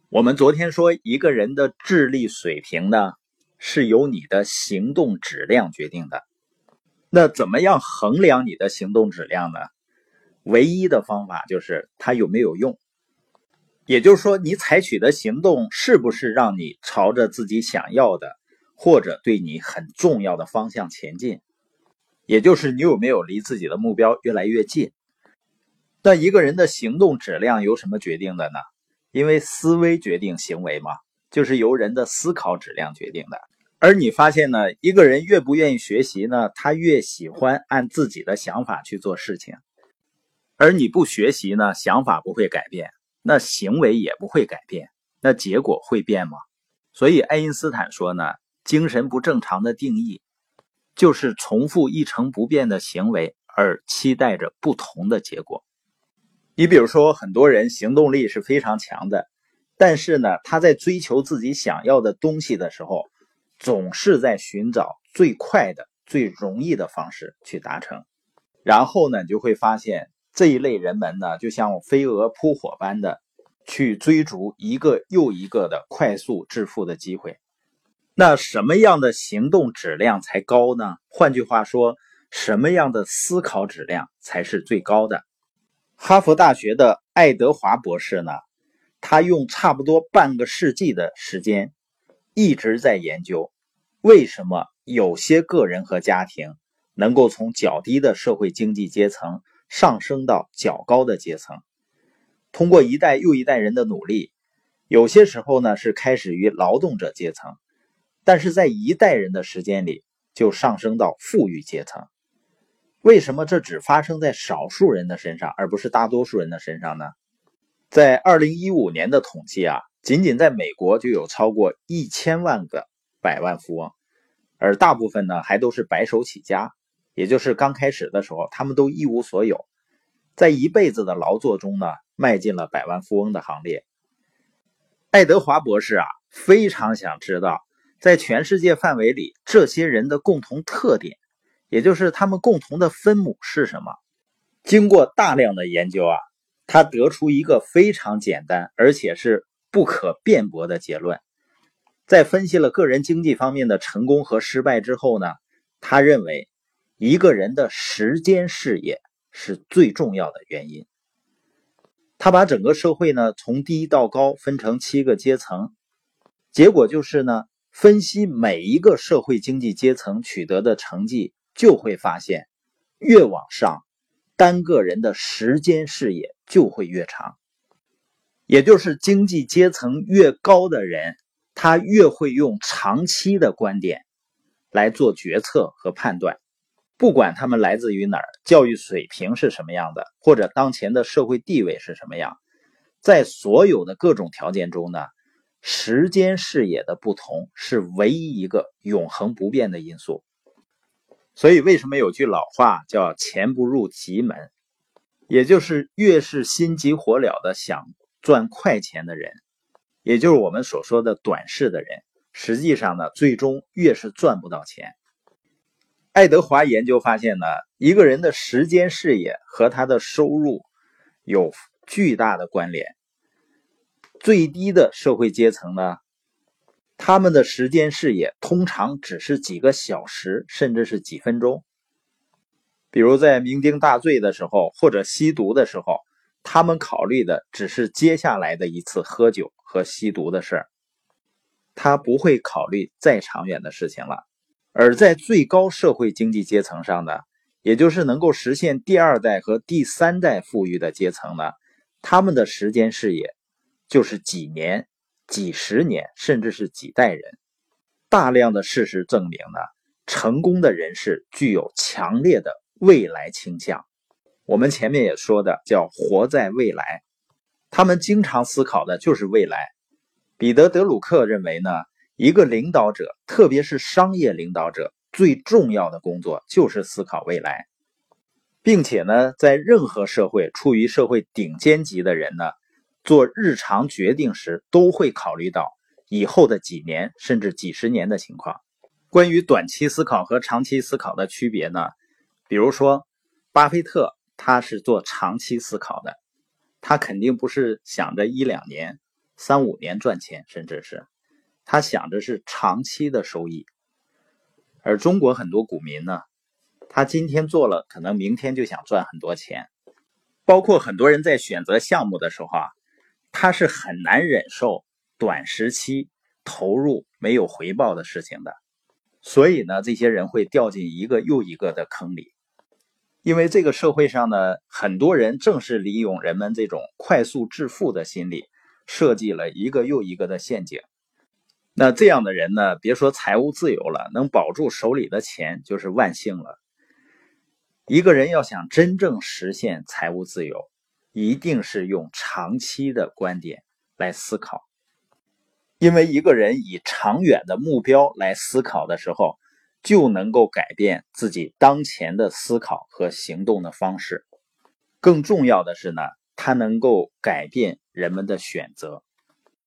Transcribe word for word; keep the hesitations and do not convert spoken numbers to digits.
我们昨天说，一个人的智力水平呢，是由你的行动质量决定的。那怎么样衡量你的行动质量呢？唯一的方法就是它有没有用。也就是说，你采取的行动是不是让你朝着自己想要的，或者对你很重要的方向前进？也就是你有没有离自己的目标越来越近？那一个人的行动质量由什么决定的呢？因为思维决定行为嘛，就是由人的思考质量决定的。而你发现呢，一个人越不愿意学习呢，他越喜欢按自己的想法去做事情。而你不学习呢，想法不会改变，那行为也不会改变，那结果会变吗？所以爱因斯坦说呢，精神不正常的定义就是重复一成不变的行为，而期待着不同的结果。你比如说，很多人行动力是非常强的，但是呢，他在追求自己想要的东西的时候，总是在寻找最快的、最容易的方式去达成。然后呢，你就会发现这一类人们呢，就像飞蛾扑火般的去追逐一个又一个的快速致富的机会。那什么样的行动质量才高呢？换句话说，什么样的思考质量才是最高的？哈佛大学的爱德华博士呢，他用差不多半个世纪的时间一直在研究为什么有些个人和家庭能够从较低的社会经济阶层上升到较高的阶层。通过一代又一代人的努力，有些时候呢是开始于劳动者阶层，但是在一代人的时间里就上升到富裕阶层。为什么这只发生在少数人的身上，而不是大多数人的身上呢？在二零一五年的统计啊，仅仅在美国就有超过一千万个百万富翁，而大部分呢还都是白手起家，也就是刚开始的时候他们都一无所有，在一辈子的劳作中呢迈进了百万富翁的行列。爱德华博士啊，非常想知道在全世界范围里这些人的共同特点，也就是他们共同的分母是什么。经过大量的研究啊，他得出一个非常简单而且是不可辩驳的结论。在分析了个人经济方面的成功和失败之后呢，他认为一个人的时间视野是最重要的原因。他把整个社会呢从低到高分成七个阶层，结果就是呢，分析每一个社会经济阶层取得的成绩，就会发现越往上，单个人的时间视野就会越长。也就是经济阶层越高的人，他越会用长期的观点来做决策和判断。不管他们来自于哪儿，教育水平是什么样的，或者当前的社会地位是什么样，在所有的各种条件中呢，时间视野的不同是唯一一个永恒不变的因素。所以为什么有句老话叫钱不入急门，也就是越是心急火燎的想赚快钱的人，也就是我们所说的短视的人，实际上呢，最终越是赚不到钱。爱德华研究发现呢，一个人的时间视野和他的收入有巨大的关联。最低的社会阶层呢，他们的时间视野通常只是几个小时，甚至是几分钟。比如在酩酊大醉的时候，或者吸毒的时候，他们考虑的只是接下来的一次喝酒和吸毒的事儿，他不会考虑再长远的事情了。而在最高社会经济阶层上呢，也就是能够实现第二代和第三代富裕的阶层呢，他们的时间视野就是几年、几十年，甚至是几代人。大量的事实证明呢，成功的人士具有强烈的未来倾向。我们前面也说的叫活在未来，他们经常思考的就是未来。彼得·德鲁克认为呢，一个领导者，特别是商业领导者，最重要的工作就是思考未来，并且呢，在任何社会处于社会顶尖级的人呢，做日常决定时都会考虑到以后的几年甚至几十年的情况。关于短期思考和长期思考的区别呢，比如说巴菲特他是做长期思考的，他肯定不是想着一两年， 三五年赚钱，甚至是他想着是长期的收益。而中国很多股民呢，他今天做了，可能明天就想赚很多钱。包括很多人在选择项目的时候啊，他是很难忍受短时期投入没有回报的事情的。所以呢，这些人会掉进一个又一个的坑里。因为这个社会上呢，很多人正是利用人们这种快速致富的心理，设计了一个又一个的陷阱。那这样的人呢，别说财务自由了，能保住手里的钱就是万幸了。一个人要想真正实现财务自由，一定是用长期的观点来思考。因为一个人以长远的目标来思考的时候，就能够改变自己当前的思考和行动的方式。更重要的是呢，它能够改变人们的选择。